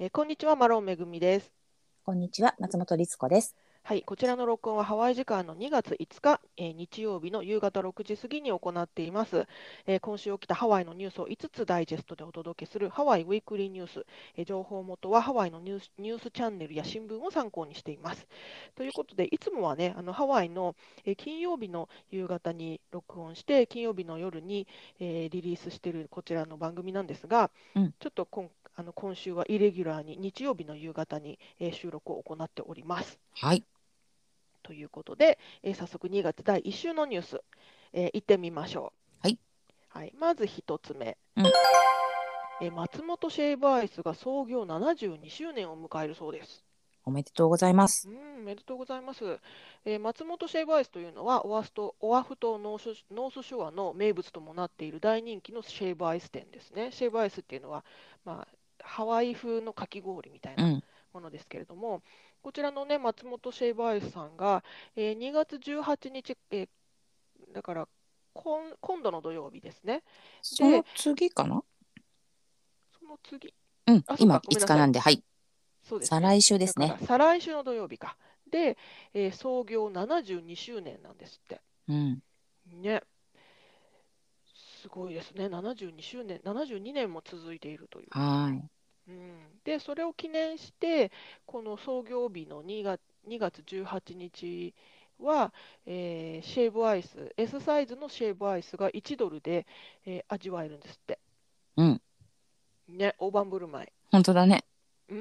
こんにちは、マロンめぐみです。 こんにちは、松本律子です。 はい、こちらの録音はハワイ時間の2月5日、日曜日の夕方6時過ぎに行っています。今週起きたハワイのニュースを5つダイジェストでお届けするハワイウィークリーニュース。情報元はハワイのニュースチャンネルや新聞を参考にしています。ということで、いつもはね、ハワイの、金曜日の夕方に録音して、金曜日の夜に、リリースしているこちらの番組なんですが、 うん、 ちょっと今週はイレギュラーに日曜日の夕方に、収録を行っております。 はい。 ということで、早速2月第1週のニュース、行ってみましょはい。 う。はい、まず1つ目、 うん。 松本シェイブアイスが創業72周年を迎えるそうです。 おめでとうございます。 おめでとうございます。松本シェイブアイスというのはオアフ島ノースショアの名物ともなっている大人気のシェイブアイス店ですね。シェイブアイスっていうのは、まあ、ハワイ風のかき氷みたいなうん。 ものですけれども、こちらのね、松本シェイブアイスさんが、2月18日、だから今度の土曜日ですね。で、 その次かな。 その次、 うん。 あ、そっ今、 か、ごめん 5 なさい。 日なんで、はい。 そうですね。 再来週でだから、 すね。 再来週の土曜日か。で、創業72周年なんですって。 うん。 ね、すごいですね。72周年、72年も続いているという。 はい。 で、それを記念して、この創業日の2月18日は、シェーブアイス、S サイズのシェーブアイスが$1で、味わえるんですって。 うん。 ね、大盤振る舞い。 本当だね。 うん。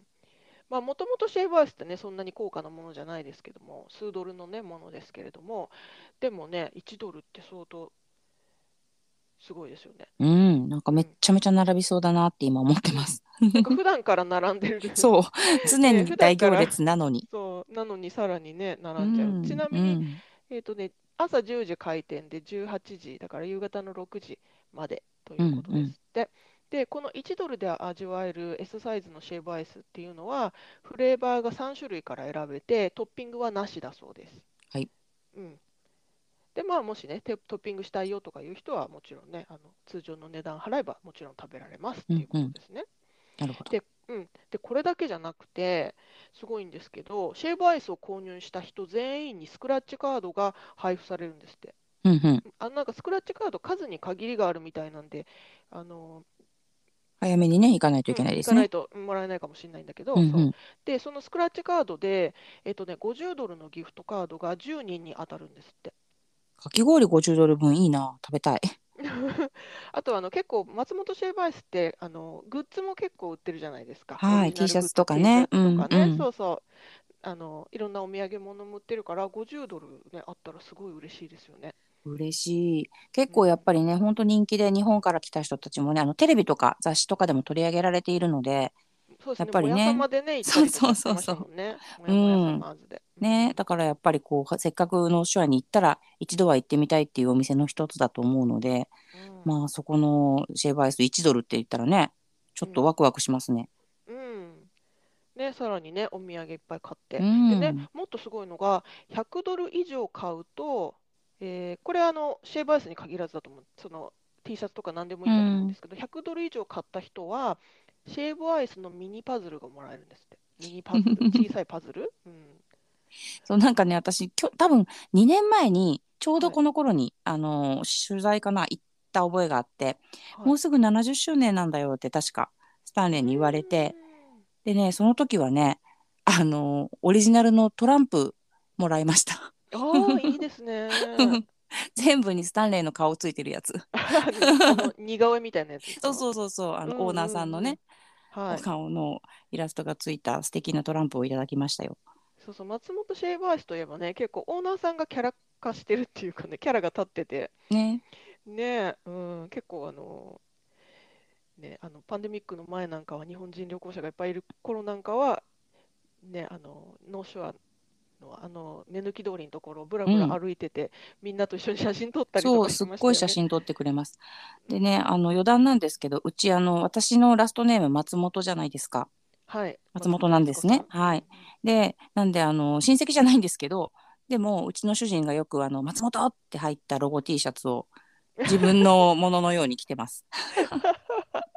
まあ、もともとシェーブアイスってね、そんなに高価なものじゃないですけども、数ドルのね、ものですけれども、でもね、$1って相当すごいですよね。 うん。なんかめっうん。 ちゃめちゃ並びそうだなって今思ってうん。 ます。 なんか普段から並んでるそう。常ね、 に普段大行から列なのに。 そう、なのにさらにね、 う並んじゃう。ちん。 なみに、 うん。 朝10時開店で18時、だから夕方の6時までとうん。 いうことうん。 ですって。で、この$1で味わえる S サイズのシェーブアイスっていうのは、フレーバーが3種類から選べて、トッピングはなしだそうです。 はい。 うん。で、まあ、もしね、トッピングしたいよとかいう人は、もちろんね、通常の値段払えば、もちろん食べられますっていううん。うん。 ことですね。 なるほど。 で、これだけじゃなくて、すごいんですけど、シェーブアイスを購入した人全員にスクラッチカードが配布されるんですって。 うん。うん。 なんかスクラッチカード数に限りがあるみたいなんで、あの、 早めにね、行かないといけないですね。 行かないともらえないかもしれないんだけど、 うん。うそう。 ん。 で、そのスクラッチカードで、$50のギフトカードが10人に当たるんですって。 かき氷$50分いいな。食べたい。 あと結構松本シェーバーアイスってグッズも結構売ってるじゃないですか。オリはい。 ジナ T シャツルグッズ、 とかね。 T シャうん。 ツとかね。 うん。 そうそう。いろんなお土産物も売ってるから$50ね、あったらすごい嬉しいですよね。 嬉しい。結構やっうん。 ぱりね、本当人気で日本から来た人たちもね、テレビとか雑誌とかでも取り上げられているので、やっそうですね。もやさぱりね、 までね、行ったそうりとそうかしてましたそうそもんね。もう。うやもやさん。 まずで。 ね、だからやっぱりこう、せっかくの手話に行ったら、一度は行ってみたいっていうお店の一つだと思うので、 うん。 まあそこのシェーバーアイス$1って言ったらね、ちょうん。 っとワクワクしますね。 うん。ね、さらにね、お土産いっぱい買っうて。でね、 ん。 もっとすごいのが、$100以上買うと、これシェーバーアイスに限らずだと思う。その T シャツとか何でもいいんだと思うんでうん。 すけど、$100以上買った人は、シェーブアイスのミニパズルがもらえるんですって。ミニパズル、小さいパズル。うん。 そう、なんかね、私、多分2年前に、ちょうどはい。 この頃に、取材かな、行った覚えがあって、 はい。 もうすぐ70周年なんだよって確か、スタンうーレーに言われて、 ん。 でね、その時はね、オリジナルのトランプもらいました。 ああ、いいですね。 全部にスタンレーの顔ついてるやつ。 似顔絵みたいなやつですそうか？ そうそうそう、 うんうオーナーさんのね、 んうん。 おはい。 顔のイラストがついた素敵なトランプをいただきましたよ。 そうそう、松本シェイバースといえばね、結構オーナーさんがキャラ化してるっていうかね、キャラが立ってて、 ね。 ね、結構ね、パンデミックの前なんかは日本人旅行者がいっぱいいる頃なんかは、ね、ノーショアの目抜き通りのところをぶらぶらうん。 歩いてて、みんなと一緒に写真撮ったりとそう、 かしすっごいましたよね。 写真撮ってくれます。でね、 うん。 余談なんですけど、うち、私のラストネーム松本じゃないですか。 はい、 松本松本なんですね。 律子さん。うんうはい。 ん。 で、なんで、親戚じゃないんですけど、でも、うちの主人がよく、松本って入ったロゴ T シャツを自分のもののように着てます。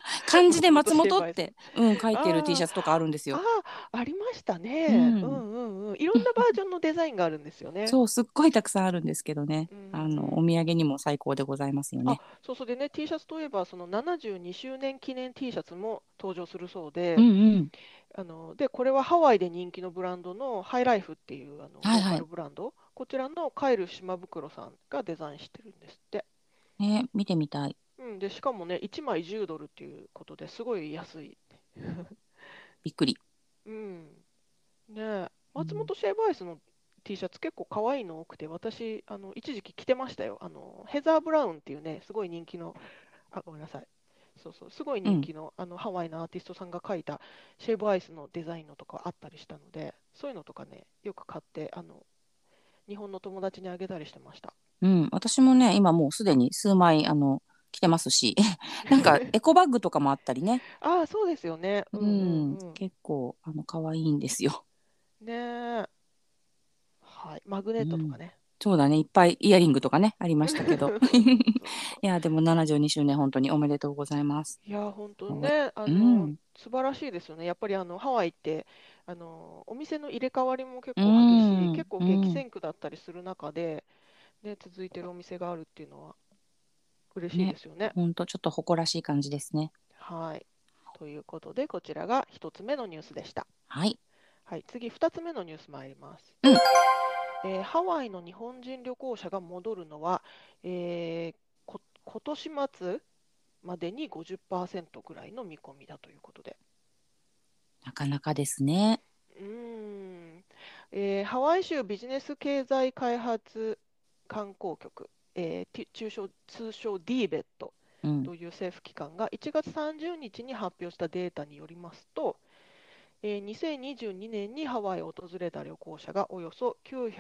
漢字で松松本シェー本って、 バーイスの。 書いてる T シあャツとかあるんですあ、 よ。 ありましたね。ううんんうんうん。いろんなバージョンのデザインがあるんですよね。 そう、すっごいたくさんあるんですけどね。 うんうおん。 土産にも最高でございますよあ、 ね。 そうそうでね、T シャツといえば、その72周年記念 T シャツも登場するそううで、 んうん。 で、これはハワイで人気のブランドのハイライフっていうローカルはいはい。 ブランド、こちらのカイル島袋さんがデザインしてるんですって。 ね、見てみたい。 うん、で、しかもね、1枚10ドルっていうことですごい安い。 びっくり。 うん。ねえ、 うん、 松本シェーバーイスの T シャツ結構可愛いの多くて、私、一時期着てましたよ。ヘザー・ブラウンっていうね、すごい人気の、あ、ごめんなさい。そうそう、すごいうん、 人気の、ハワイのアーティストさんが描いたシェーバーアイスのデザインのとかあったりしたので、そういうのとかね、よく買って、日本の友達にあげたりしてました。 うん。私もね、今もうすでに数枚、着てますし、なんかエコバッグとかもあったりね。 ああ、そうですよね。ううんうん、 んうん。 結構、可愛いんですよ。 ねえ。はい。マグネうん。 ットとかね。 そうだね、いっぱいイヤリングとかね、ありましたけど。 そうそう。 いや、でも72周年、本当におめでとうございます。 いや、本当はい。 ね、 うん、 素晴らしいですよね。やっぱりハワイって、お店の入れ替わりも結う構激しい、 ん、 結構うん。 激戦区だったりする中で、ね、続いてるお店があるっていうのは嬉しいでね、 すよね。 本当ちょっと誇らしい感じですね。 はい。ということで、こちらが一つ目のニュースでした。 はい。 はい、次、二つ目のニュース参ります。 うん。 ハワイの日本人旅行者が戻るのは、今年末までに50%ぐらいの見込みだということで。 なかなかですね。 うーん、ハワイ州ビジネス経済開発観光局、通称 DBET うん。 という政府機関が1月30日に発表したデータによりますと、2022年にハワイを訪れた旅行者がおよそ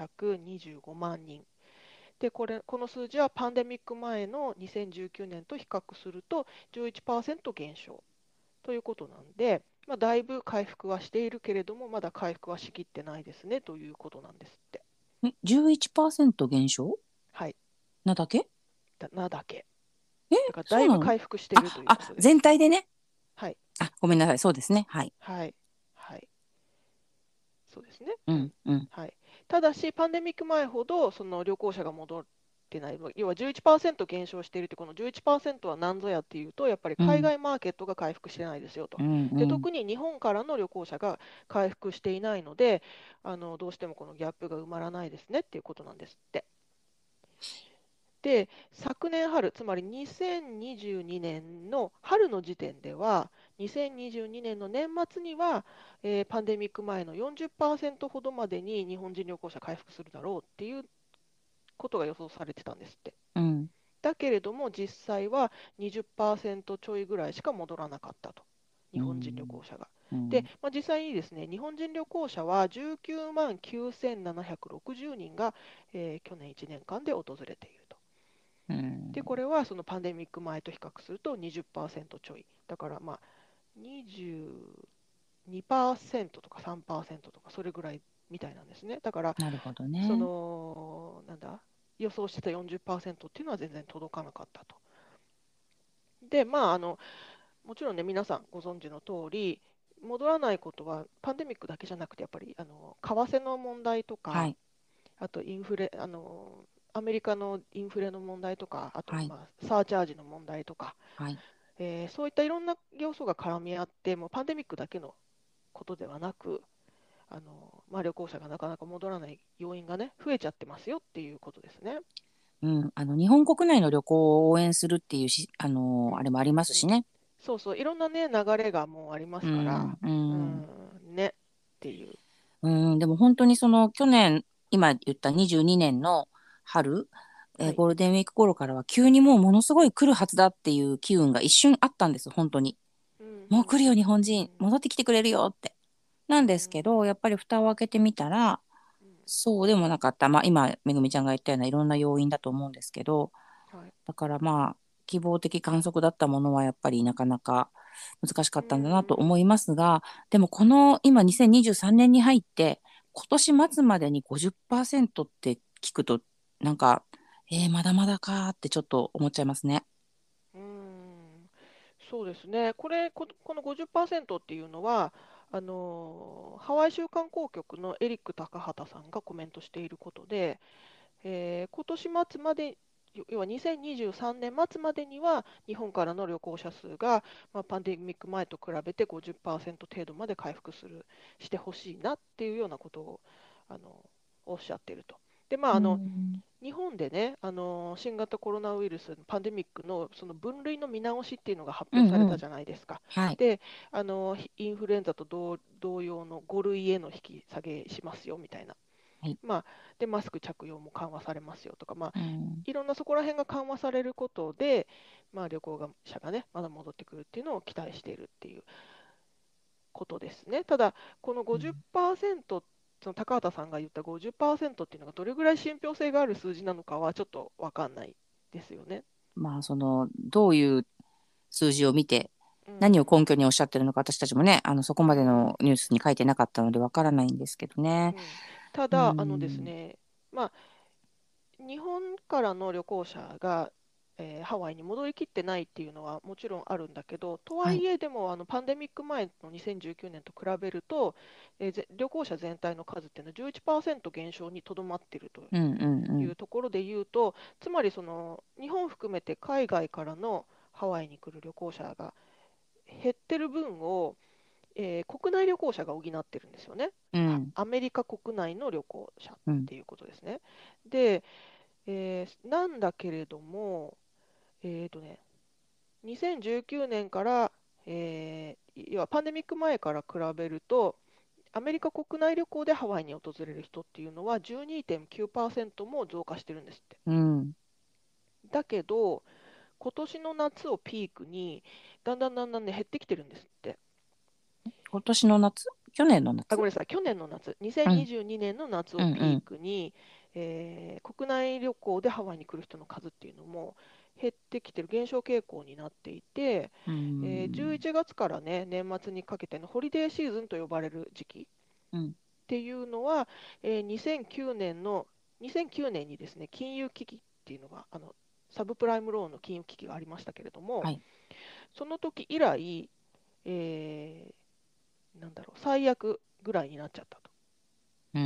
925万人。で、この数字はパンデミック前の2019年と比較すると11%減少ということなんで、だいぶ回復はしているけれども、まだ回復はしきってないですねということなんですって。 11%減少はい、 なだけ？ だけ。 え、 だからだいぶそうなの？ 回復しているということです。 全体でね。 はい、 ごめんなさい。そうですね。はい。 はい、はい、そうですね。 うん、 うん。 うん、 はい。ただし、パンデミック前ほどその旅行者が戻ってない、要は11%減少しているという、この11%は何ぞやっていうと、やっぱりうん、 海外マーケットが回復してないですよと。 うん、 で、 うん。 特に日本からの旅行者が回復していないので、どうしてもこのギャップが埋まらないですねっていうことなんですって。で、昨年春、つまり2022年の春の時点では、2022年の年末には、パンデミック前の40%ほどまでに日本人旅行者回復するだろうっていうことが予想されてたんですって。 うん、 だけれども、実際は20%ちょいぐらいしか戻らなかったと、日う本人旅ん、 行者が。で、 うん。 実際にですね、日本人旅行者は19万9760人が、去年1年間で訪れていると。 うん。 で、これはそのパンデミック前と比較すると20%ちょい。だからまあ22%とか3%とかそれぐらいみたいなんですね。だからなるほどそね。 のなんだ予想してた40%っていうのは全然届かなかったと。で、もちろんね、皆さんご存知の通り、戻らないことはパンデミックだけじゃなくて、やっぱり為替の問題とか、 はい、 あとインフレ、アメリカのインフレの問題とか、あと、 はい、 サーチャージの問題とか、 はい。 そういったいろんな要素が絡み合って、もうパンデミックだけのことではなく、旅行者がなかなか戻らない要因がね、増えちゃってますよっていうことですね。 うん。日本国内の旅行を応援するっていううん、 あれもありますうん、 しね。 そうそう、いろんなね、流れがもうありますから、 うん、ううん。 ん、ねっていう。 うん、でも本当にその去年、今言った22年の春、 はい。 ゴールデンウィーク頃からは急にもうものすごい来るはずだっていう機運が一瞬あったんです、本当に。 うん、うん、 もう来るよ、日本うん、 人。戻ってきてくれるよって。なうん、 んですけど、やっぱり蓋を開けてみたら、 うん、 そうでもなかった。今、めぐみちゃんが言ったようないろんな要因だと思うんですけど、 はい。 だから希望的観測だったものはやっぱりなかなか難しかうったんだなと思いん、 ますが、でもこの今2023年に入って、今年末までに50%って聞くと、なんか、まだまだかーってちょっと思っちゃいますね。 うん、 そうですね。この50%っていうのは、ハワイ州観光局のエリック高畑さんがコメントしていることで、今年末まで、要は2023年末までには、日本からの旅行者数が、パンデミック前と比べて50%程度まで回復してほしいなっていうようなことをあのおっしゃっていると。で、 うん。 日本でね、新型コロナウイルス、パンデミックのその分類の見直しっていうのが発うんうん。 表されたじゃないですか。 はい。 で、インフルエンザと同様の5類への引き下げしますよみたいな。 はい。 で、マスク着用も緩和されますよとか、 うん。 いろんなそこら辺が緩和されることで、旅行者がね、まだ戻ってくるっていうのを期待しているっていうことですね。ただ、このうん。 50%、その高畑さんが言った50%っていうのがどれぐらい信憑性がある数字なのかはちょっと分かんないですよね。 まあ、どういう数字を見て、 うん、 何を根拠におっしゃってるのか、私たちもね、そこまでうん、 のニュースに書いてなかったのでわからないんですけどね。 うん。たうだ、ですん。 ね、日本からの旅行者が、ハワイに戻りきってないっていうのはもちろんあるんだけど、とははい。 いえでもパンデミック前の2019年と比べると、旅行者全体の数っていうのは11%減少にとどまっているとうんうんうん。 いうところで言うと、つまりその日本含めて海外からのハワイに来る旅行者が減ってる分を、国内旅行者が補ってるんですよね。 うん。 アメリカ国内の旅行者っうん。 ていうことですね。で、なんだけれども、2019年から、要はパンデミック前から比べると、アメリカ国内旅行でハワイに訪れる人っていうのは12.9%も増加してるんですって。 うん。 だけど、今年の夏をピークに、だんだんね、減ってきてるんですって。 今年の夏、去年の夏。 ごめんなさい、去年の夏、 うん。 2022年の夏をピーうんうん。 クに、国内旅行でハワイに来る人の数っていうのも減ってきてる、減少傾向になっていて、 うん。 11月からね、年末にかけてのホリデーシーズンと呼ばれる時期うん。 っていうのは、2009年にですね、金融危機っていうのが、サブプライムローンの金融危機がありましたけれども、 はい。 その時以来、最悪ぐらいになっちゃったと。 うん。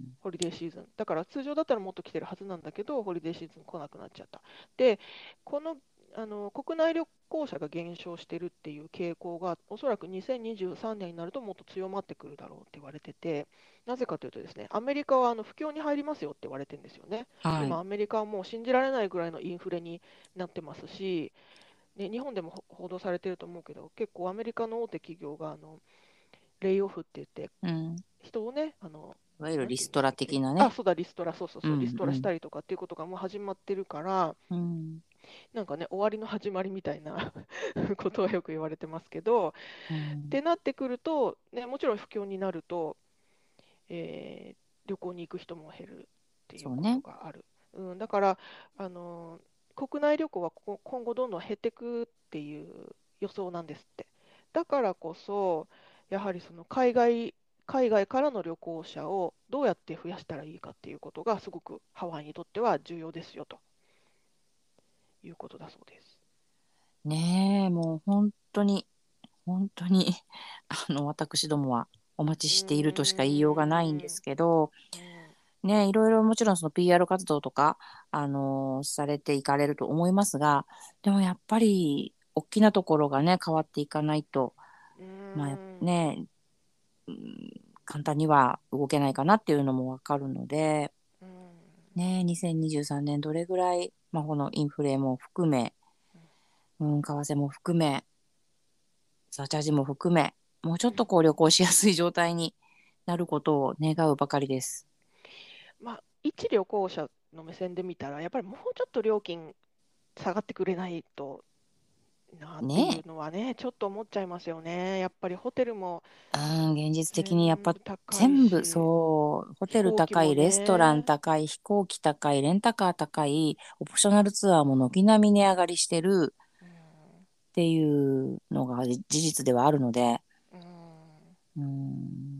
ホリデーシーズン。だから通常だったらもっと来てるはずなんだけど、ホリデーシーズン来なくなっちゃった。で、この、国内旅行者が減少してるっていう傾向が、おそらく2023年になるともっと強まってくるだろうって言われてて、なぜかというとですね、アメリカは不況に入りますよって言われてるんですよね。今、 はい。 アメリカはもう信じられないぐらいのインフレになってますし、ね、日本でも報道されてると思うけど、結構アメリカの大手企業がレイオフって言って、 うん。 人をね、 いわゆるなんていうんリストラでしたっけ、 的なね。 そうだ、リストラ、そうそううそう、リスんうん。 トラしたりとかっていうことがもう始まってるから、 うん。 なんかね、終わりの始まりみたいなことはよく言われてますけど、 うん。 ってなってくると、ね、もちろん不況になると、え旅行に行く人も減るっていうことそうね。 がある。だから、国内旅行は今後どんどん減っていくっていう予想なんですって。だからこそ、やはりその海外からの旅行者をどうやって増やしたらいいかっていうことがすごくハワイにとっては重要ですよということだそうです。 ねえ、もう本当に、本当に、私どもはお待ちうしているとしか言いようがないんでーん、 すけど、 うん、 ね、いろいろもちろんその PR 活動とか、されていかれると思いますが、でもやっぱり、大きなところがね、変わっていかないと、 うーまあん、 ね、うん、簡単には動けないかなっていうのもわかるので、 うん、 ね、2023年どれぐらい、まあ、このインフレも含め、うん、為替も含め、サーチャージも含め、もうちょっとこう旅行しやすい状態になることを願うばかりです。 一旅行者の目線で見たら、やっぱりもうちょっと料金下がってくれないとなっていねえ。 うのはね、ちょっと思っちゃいますよね。やっぱりホテルもうん、現実的にやっ全ぱ部高い全部し、 そう、ホ飛テル高い、 行機もレストランね、 高い、飛行機高い、レンタカー高い、オプショナルツアーも軒並み値上がりしてるうん、 っていうのが事実ではあるので、 うん、 うん、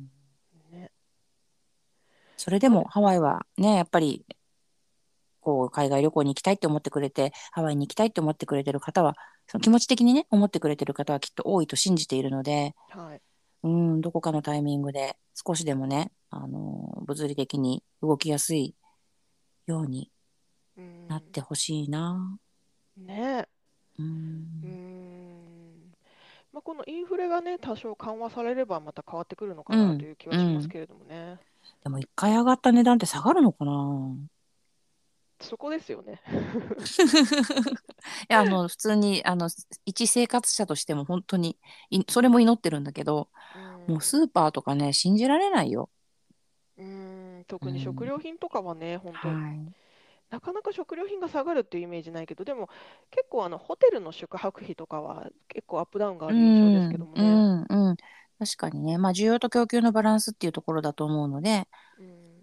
ね、 それでもうん、 ハワイはね、やっぱりこう海外旅行に行きたいって思ってくれて、ハワイに行きたいって思ってくれてる方は、その気持ち的にね、思ってくれてる方はきっと多いと信じているので、 はい。 どこかのタイミングで少しでもね、物理的に動きやすいようにうん。 なってほしいな。 ねえ。 ううーん。 ん。まあ、このインフレがね、多少緩和されればまた変わってくるのかうん。 なという気はうん。 しますけれどもね。 でも一回上がった値段って下がるのかな。 そこですよね。 いや、普通に、一生活者としても本当に、それも祈ってるんだけど、 うん。 もうスーパーとかね、信じられないよ。う特に食ん。 料品とかはね、本当はい。 なかなか食料品が下がるっていうイメージないけど、でも結構ホテルの宿泊費とかは結構アップダウンがあうる印象ですけどん、うもね。 ん、うん。確かにね、まあ、需要と供給のバランスっていうところだと思うので、 うん。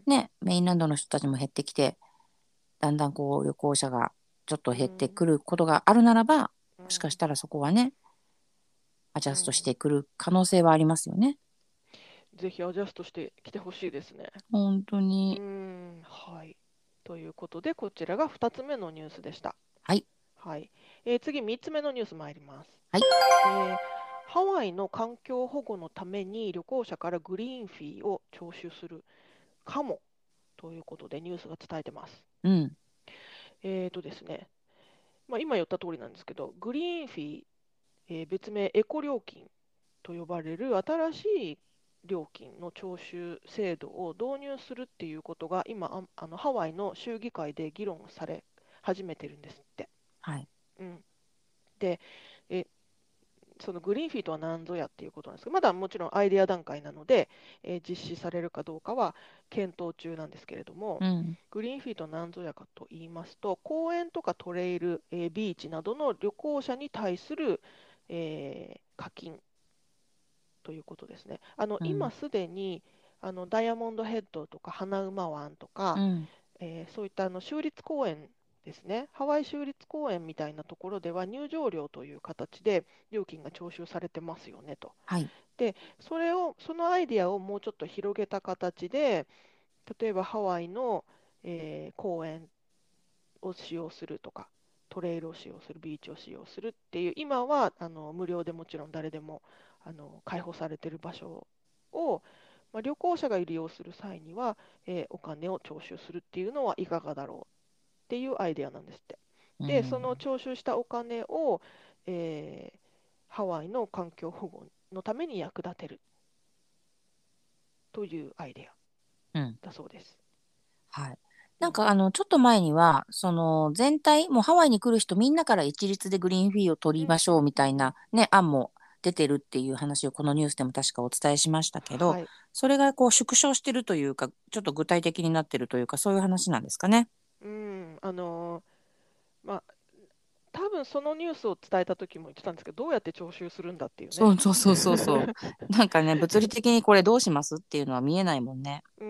ね、メインランドの人たちも減ってきて、だんだんこう旅行者がちょっとうん。 減ってくることがあるならば、もしかしうん。 たらそこはね、アジャストしうん。 てくる可能性はありますよね。 ぜひアジャストしてきてほしいですね。 本当に。 はい。ということで、こちらが2つ目のニュースでした。 はい。 はい。次、3つ目のニュース参ります。 はい。 えーハワイの環境保護のために旅行者からグリーンフィーを徴収するかもということでニュースが伝えてます。 うん。 ですね、まあ、今言った通りなんですけど、グリーンフィー、別名エコ料金と呼ばれる新しい料金の徴収制度を導入するっていうことが今、ハワイの州議会で議論され始めてるんですって。 はい。 うん、で、えそのグリーンフィーとは何ぞやっていうことなんですけど、まだもちろんアイデア段階なので、実施されるかどうかは検討中なんですけれども、 うん。 グリーンフィーとは何ぞやかと言いますと、公園とかトレイル、ビーチなどの旅行者に対する、課金ということですね。 うん。 今すでにダイヤモンドヘッドとか花馬湾とか、 うん。 そういった州立公園ですね、ハワイ州立公園みたいなところでは入場料という形で料金が徴収されてますよねと。 はい。 で、そのアイデアをもうちょっと広げた形で、例えばハワイの、公園を使用するとか、トレイルを使用する、ビーチを使用するっていう、今は無料でもちろん誰でも開放されている場所を、まあ、旅行者が利用する際には、お金を徴収するっていうのはいかがだろうっていうアイデアなんですって。で、そうん。 の徴収したお金を、えーハワイの環境保護のために役立てるというアイデアうん。 だそうです。 はい。 うん。 ちょっと前には、全体、もうハワイに来る人みんなから一律でグリーンフィーを取うん。 りましょうみたいなね、案も出てるっていう話をこのニュースでも確かお伝えしましたけど、 はい。 それがこう縮小してるというか、ちょっと具体的になってるというか、そういう話なんですかね。 うん。まあ、多分そのニュースを伝えた時も言ってたんですけど、どうやって徴収するんだっていうね。 そうそうそうそうそう。なんかね、物理的にこれどうしますっていうのは見えないもんね。 うん、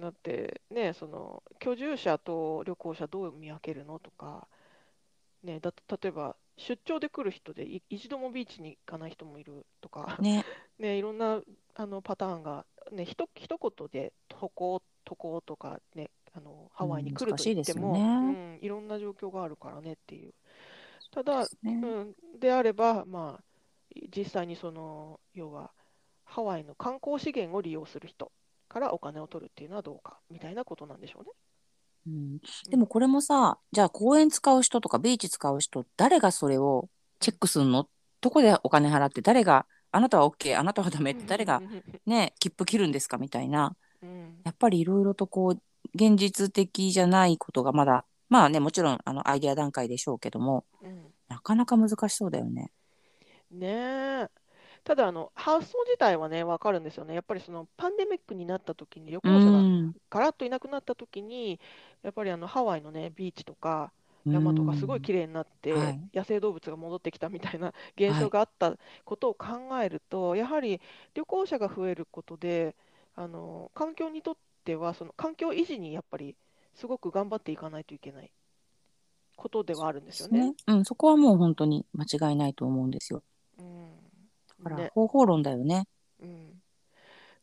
だってね、その居住者と旅行者どう見分けるのとか、ね、例えば出張で来る人で一度もビーチに行かない人もいるとか、 ね。 ね、いろんなパターンが、ね、一言で渡航とか、ね、ハワイにうん、 来ると言っ難しいですよても、うね。 ん、いろんな状況があるからねっていう。たでだ、 すね。 であれば、まあ、実際に要はハワイの観光資源を利用する人からお金を取るっていうのはどうかみたいなことなんでしょうね。 うん、 うん、 でもこれもさ、じゃあ公園使う人とかビーチ使う人、誰がそれをチェッうん、 クするの？どこでお金払って誰が、あなたは OK、あなたはダメって誰がね、切符切るんですかみたいな。 うん、 やっぱりいろいろとこう、現実的じゃないことがまだ、まあね、もちろんアイデア段階でしょうけども、 うん、 なかなか難しそうだよね。 ねえ。ただ発想自体はね、わかるんですよね。やっぱりそのパンデミックになった時に、旅うー行者がん、 ガラッといなくなった時に、やっぱりハワイのね、ビーチとかうー山とかすごいん、 綺麗になって、 はい、 野生動物が戻ってきたみたいな現はい。 象があったことを考えると、やはり旅行者が増えることで、環境にとっては、その環境維持にやっぱりすごく頑張っていかないといけないことではあるんですよね。 ですね。うん、そこはもう本当に間違いないと思うんですよ。 うん。 だからね。 方法論だよね。 うん。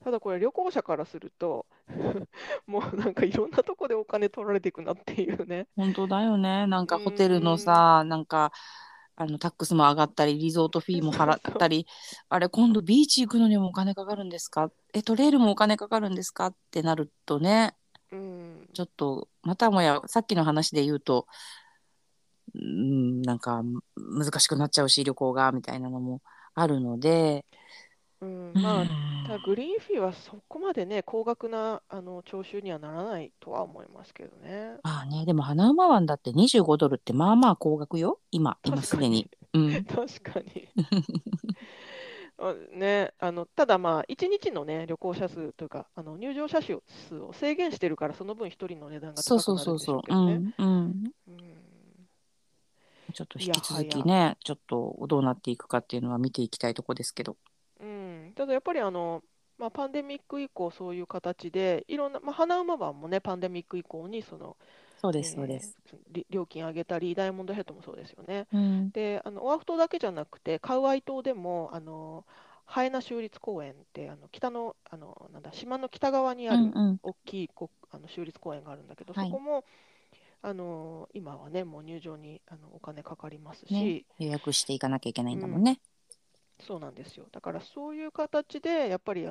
ただこれ旅行者からするともうなんかいろんなとこでお金取られていくなっていうね。 本当だよね。なんうかホテルのーん、 さ、なんかタックスも上がったり、リゾートフィーも払っそうそう。 たり、あれ今度ビーチ行くのにもお金かかるんですか、トレイルもお金かかるんですかってなるとね、 うん、 ちょっとまたもやさっきの話で言うと、なんか難しくなっちゃうし、旅行がみたいなのもあるので、 うん、 うまあ、 ん、 ただグリーンフィーはそこまでね、高額な徴収にはならないとは思いますけどね。 まあね、でも花馬湾だって25ドルってまあまあ高額よ、今確かに、 すでに。うん。 確かに。ね、ただまあ、1日のね、旅行者数というか、入場者数を制限してるから、その分1人の値段がそうそ高くなるんでしうそうそう、うょうけどね。 ん、うん。 うん、 ちょっと引いやき続きはや。 ね、ちょっとどうなっていくかっていうのは見ていきたいとこですけど。 うん、ただやっぱりまあ、パンデミック以降、そういう形で、いろんな、まあ、花馬版もね、パンデミック以降にそうです、そうです。 料金上げたり、ダイヤモンドヘッドもそうですよね。 うん、 で、オアフ島だけじゃなくて、カウアイ島でも、ハエナ州立公園って、北の、なんだ、島の北側にうん、 あるうん。 大きい州立公園があるんだけど、 はい。 そこも、今はね、もう入場にお金かかりますね。 し、 予約していかなきゃいけないうん、 んだもんね。 そうなんですよ。だからそういう形で、やっぱり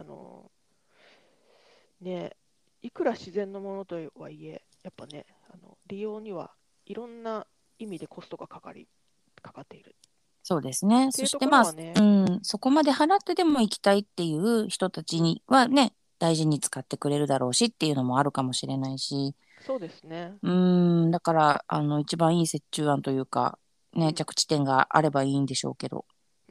ね、いくら自然のものとはいえ、やっぱね、利用にはいろんな意味でコストがかかっているっそうですね。 ていうとそしてまあ、 ころはね、 うん、そこまで払ってでも行きたいっていう人たちにはね、大事に使ってくれるだろうしっていうのもあるかもしれないし、 そうですね。 だから、一番いい折衷案というか、ね、 うん、 着地点があればいいんでしょうけど。 うん、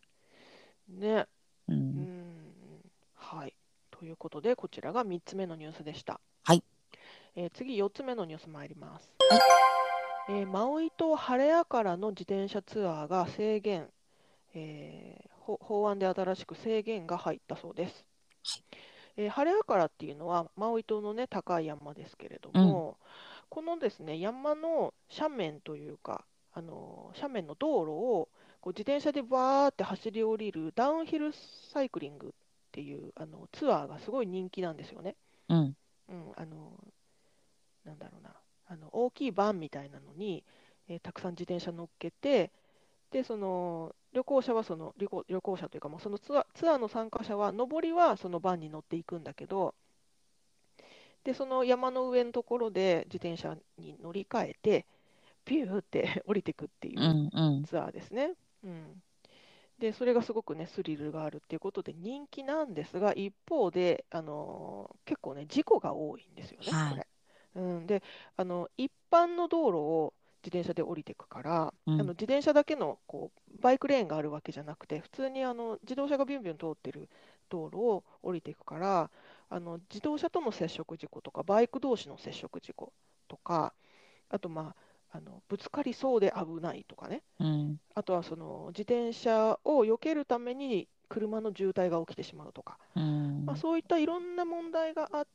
ね、ううん。 ん、はい。ということで、こちらが3つ目のニュースでした。 はい。 次、4つ目のニュース参ります。 はい。 マウイ島ハレアからの自転車ツアーが制限、法案で新しく制限が入ったそうです。ハレアカラっていうのはマウイ島の、ね、高い山ですけれどうん。 も、このですね山の斜面というか、斜面の道路をこう自転車でバーって走り降りるダウンヒルサイクリングっていうツアーがすごい人気なんですよね。 うん。 うん、なんだろうな、大きいバンみたいなのに、たくさん自転車乗っけて、で、その旅行者は旅行者というか、もうそのツアーの参加者は、上りはそのバンに乗っていくんだけど、で、その山の上のところで自転車に乗り換えて、ピューって降りていくっていううん。うん。 ツアーですね。うん、で、それがすごくね、スリルがあるっていうことで人気なんですが、一方で、結構ね、事故が多いんですよね、 はい。 これ。うん、で、一般の道路を自転車で降りていくから、 うん。 自転車だけのバイクレーンがあるわけじゃなくて、普通に自動車がビュンビュン通ってる道路を降りていくから、自動車との接触事故とか、バイク同士の接触事故とか、あと、まあ、ぶつかりそうで危ないとかね、 うん。 あとはその自転車を避けるために車の渋滞が起きてしまうとか、 うまあ、 ん。 そういったいろんな問題があって、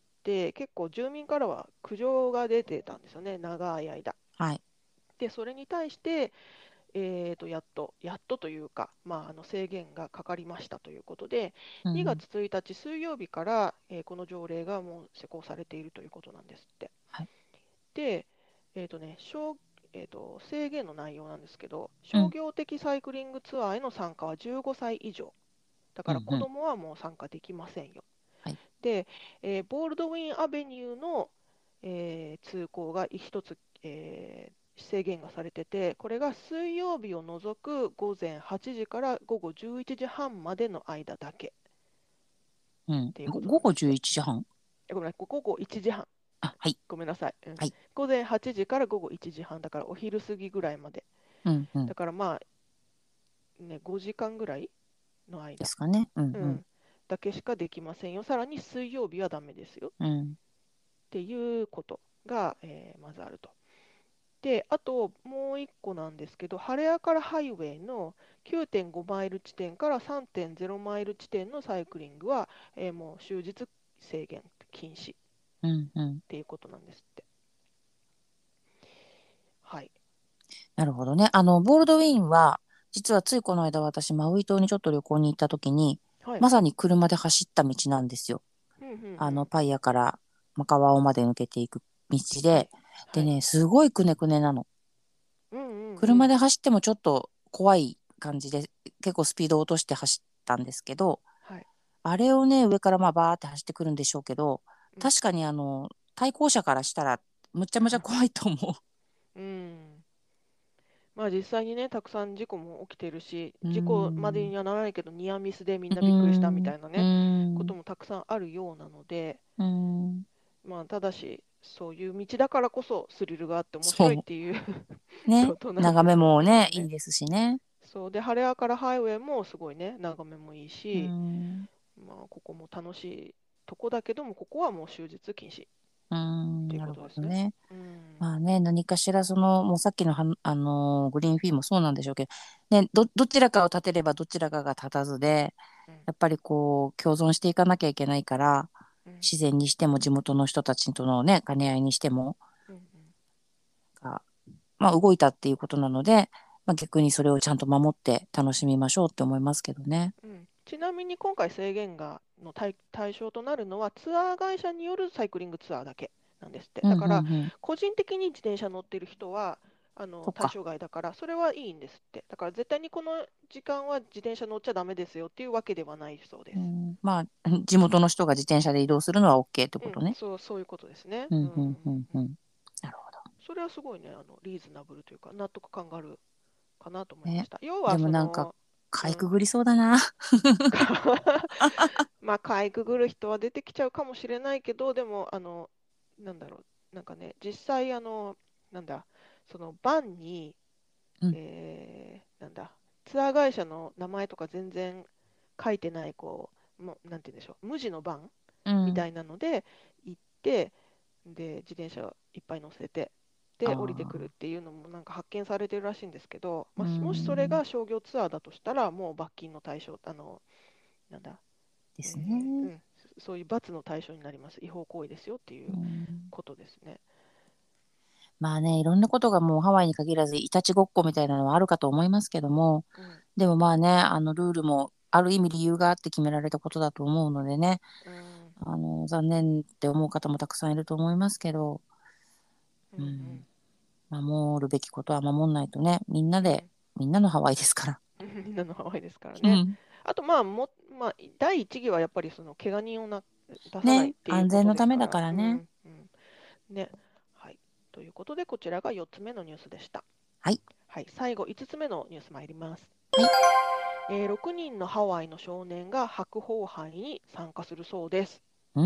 結構住民からは苦情が出てたんですよね、長い間。 はい。 で、それに対して、やっとというか、まあ、制限がかかりましたということで、2 うん。 月1日水曜日から、この条例がもう施行されているということなんですって。 はい。 で、えーとね、商制限の内容なんですけど、 うん。 商業的サイクリングツアーへの参加は15歳以上。だからうん。うん。 子供はもう参加できませんよ。 はい。 で、ボールドウィンアベニューの、通行が一つ、制限がされてて、これが水曜日を除く午前8時から午後11時半までの間だけっうん。 ていうこと午後11 なんですって。 時半。 ごめんなさい、午後1時半。 あ、はい。 ごめんなさい。うん、 はい。 午前8時から午後1時半だからお昼過ぎぐらいまで。 うん。うん。 だからまあ、ね、5時間ぐらいの間、 ですかね。うん。うん。 うん、だけしかできませんよ。さらに水曜日はダメですようん。 っていうことが、まずあると。で、あともう一個なんですけど、ハレアカラハイウェイの9.5マイル地点から3.0マイル地点のサイクリングは、もう終日制限禁止っうん。うん。 ていうことなんですって。はい。 なるほどね。ボールドウィンは、実はついこの間私、マウイ島にちょっと旅行に行った時に、 はい。 まさに車で走った道なんですよ。 うんうんうん。 パイヤからマカワオまで抜けていく道で、 はい。はい。 でね、すごいくねくねなの。 うんうんうん。 車で走ってもちょっと怖い感じで、結構スピードを落として走ったんですけど、 はい。 あれをね、上からまあバーって走ってくるんでしょうけど、 うん。 確かに対向車からしたら、むちゃむちゃ怖いと思うん。まあ実際にね、たくさん事故も起きてるし、 う。うー事故までん。 にはならないけど、ニアミスでみんうなびっくりしたみーん。うーたいなね、ことん。 もたくさんあるようなので、 うーん。 まあただし、そういう道だからこそスリルがあって面白いっそていうう。ね。 ことなん眺めだと思もね、 いますね。 いいですしね。 そうで、ハレアからハイウェイもすごいね、眺めもいいうーし、 ん。 まあここも楽しいとこだけども、ここはもう終日禁止っうーん。 ていうなることですね。 ほどね。 うん。 まあね、何かしらもうさっきのグリーンフィーもそうなんでしょうけど、ね、どちらかを立てればどちらかが立たずで、 うん。 やっぱりこう、共存していかなきゃいけないから、 うん。 自然にしても地元の人たちとのね、兼ね合いにしても、 うん。 がまあ動いたっていうことなので、まあ逆にそれをちゃんと守って楽しみましょうって思いますけどね。 うん、ちなみに今回制限の対象となるのはツアー会社によるサイクリングツアーだけなんですって。 うん、 だからうん、うん。 個人的に自転車乗ってる人は対そっか。 象外だからそれはいいんですって。だから絶対にこの時間は自転車乗っちゃダメですよっていうわけではないそうです。 うん、まあ、地元の人が自転車で移動するのは OK ってうん、 ことね。 そういうことですね。 うん、 うんうんうん、うん、 うん。 うん。なるほそれはすごいね、リーズナブルというか納得感があるかなと思ど。ね。 いました。要ではもなんか、かいくうん、 ぐりそうだな。 まあ、かいくぐる人は出てきちゃうかもしれないけど、でも、なんだろなんかね、実際、なんだ、そのバンに、 うん、 なんだ、ツアー会社の名前とか全然書いてない、こう、なんて言うんでしょう、無地のバンうん。 みたいなので行って、で、自転車いっぱい乗せて、 あで、降りてくるっあ、 ていうのもなんか発見されてるらしいんですけど、 うまあ、もしそれん。 が商業ツアーだとしたら、もう罰金の対象、なんだ、 ですね。 うん、そういう罰の対象になります。違法行為ですよっていううん。 ことですね。 まあね、いろんなことがもうハワイに限らず、いたちごっこみたいなのはあるかと思いますけども、 うん、 でもまあね、ルールもある意味理由があって決められたことだと思うのでね、 うん、 残念って思う方もたくさんいると思いますけど、 うん、ううん、 ん、 守るべきことは守んないとね、みんなで、 うん。 みんなのハワイですから。 みんなのハワイですからね。 うん。 あと、まあ、第一義はやっぱりその怪我人を出さないっね、安ていうこと全のためだですから。 からね。 うん、うん。ね。はい。ということで、こちらが4つ目のニュースでした。 はい。 はい。最後、5つ目のニュース参ります。 はい。 6人のハワイの少年が白鵬杯に参加するそうです。 うん。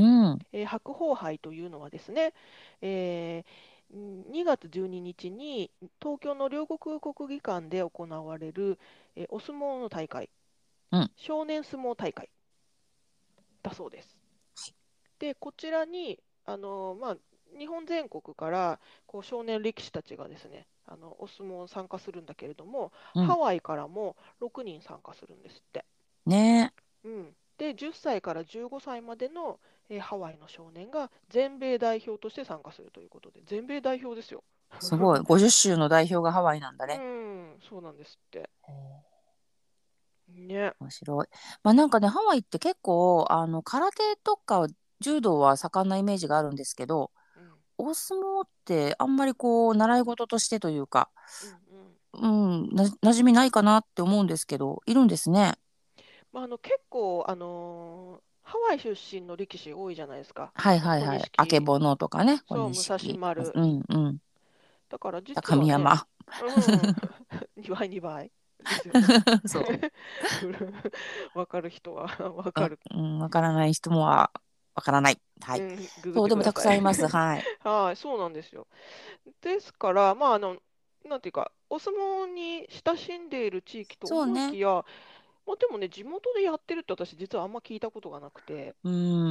白鵬杯というのはですね、え2月12日にちに東京の両国国技館で行われる、お相撲の大会、 うん。 少年相撲大会だそうです。で、こちらに、まあ、日本全国からこう少年力士たちがですね、お相撲参加するんだけれども、 うん。 ハワイからも6人参加するんですって。 ね。 うん、で、10歳から15歳までの、ハワイの少年が全米代表として参加するということで、全米代表ですよ。 すごい。50州の代表がハワイなんだうね。 ん、そうなんですって。 へー、 ね。 面白い。まあなんかね、ハワイって結構、空手とか柔道は盛んなイメージがあるんですけど、 うん、 お相撲ってあんまりこう、習い事としてというか、 うん、うん。 うん、馴染みないかなって思うんですけど、いるんですね。 まあ、結構、ハワイ出身の力士多いじゃないですか。 はいはい小はい。あけ錦、 ぼのとかね、小そう、武蔵錦。 丸。 うんうん。 だから実はね、 高見山。 うん、2倍、2倍ですよね。 そう。 わかる人はわかわ、 る。 うん、わからない人もわからない。はい。 うん、ググっそう、でもたてください。 くさんいます。はい。 はい、そうなんですよ。ですから、まあ、なんていうか、お相撲に親しんでいる地域とそうね。 思いきや、まあ、でもね、地元でやってるって私、実はあんま聞いたことがなくて、 うん、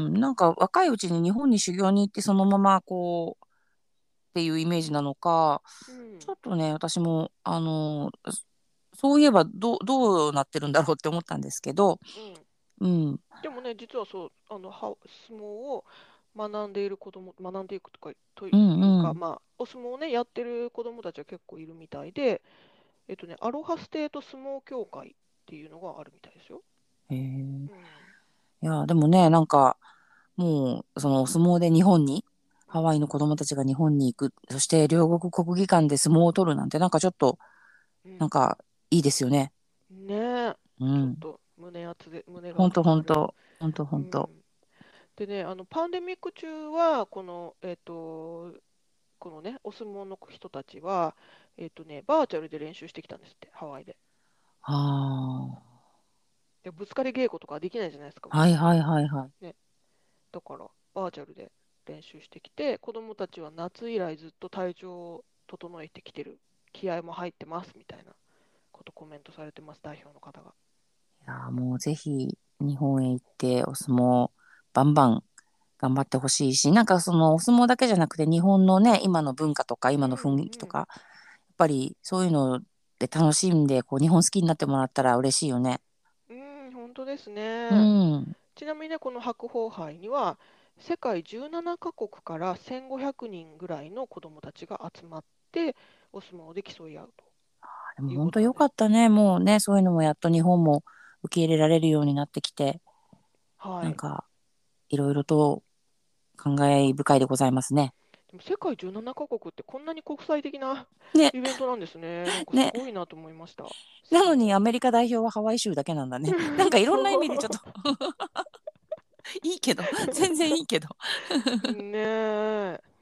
なんか若いうちに日本に修行に行ってそのままこうっていうイメージなのか、 うん、 ちょっとね、私も、そういえばどうなってるんだろうって思ったんですけど、 うん。 うん、 でもね、実はそう、相撲を学んでいる子供、学んでいくとかとういうか、 んうん。 まあ、お相撲をね、やってる子供たちは結構いるみたいで、アロハステート相撲協会っていうのがあるみたいですよ。 へえ。 うん。 いや、でもね、なんか、もう、そのお相撲で日本に、 うん。 ハワイの子供たちが日本に行く、そして両国国技館で相撲を取るなんて、なんかちょっと、 うん。 なんか、いいですよね。 ねえ。 うん。 ちょっと胸がほんと熱くなる。 ほんと、ほんとほんと。 うん。でね、パンデミック中は、このね、お相撲の人たちは、バーチャルで練習してきたんですって、ハワイで。 はあ。 で、ぶつかり稽古とかできないじゃないですか、もはいはいはいはい。 う。ね。だから、バーチャルで練習してきて、子供たちは夏以来ずっと体調を整えてきてる。気合も入ってます、みたいなことコメントされてます、代表の方が。 いや、もうぜひ、日本へ行って、お相撲、バンバン頑張ってほしいし、なんかそのお相撲だけじゃなくて、日本のね、今の文化とか、 うん今の雰囲気とうん。 か、やっぱりそういうので楽しんで、こう、日本好きになってもらったら嬉しいよね。 うん、本当ですうね。 ん。 ちなみにね、この白鵬杯には、世界17カ国から1500人ぐらいの子どもたちが集まって、お相撲で競い合うというでも本当良ことなんです。 かったね。もうね、そういうのもやっと日本も受け入れられるようになってきて、 はい。 なんか、いろいろと感慨深いでございますね。 でも世界17カ国ってこんなに国際的なね、 イベントなんですね。なんかすね。 ごいなと思いました。 なのにア相撲。 メリカ代表はハワイ州だけなんだね。なんかいろんな意味でちょっとそいいけど、全然いいけど。 う。ねえ。うん。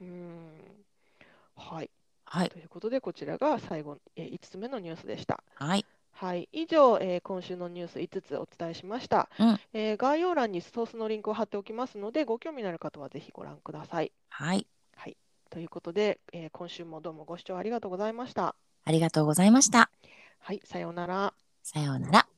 はい。 はい。 ということで、こちらが最後、5つ目のニュースでした。 はい。 はい。以上、今週のニュース5つお伝えしました。 うん。 概要欄にソースのリンクを貼っておきますので、ご興味のある方はぜひご覧ください。 はい。 はい。ということで、今週もどうもご視聴ありがとうございました。 ありがとうございました。 はい。さようなら。 さようなら。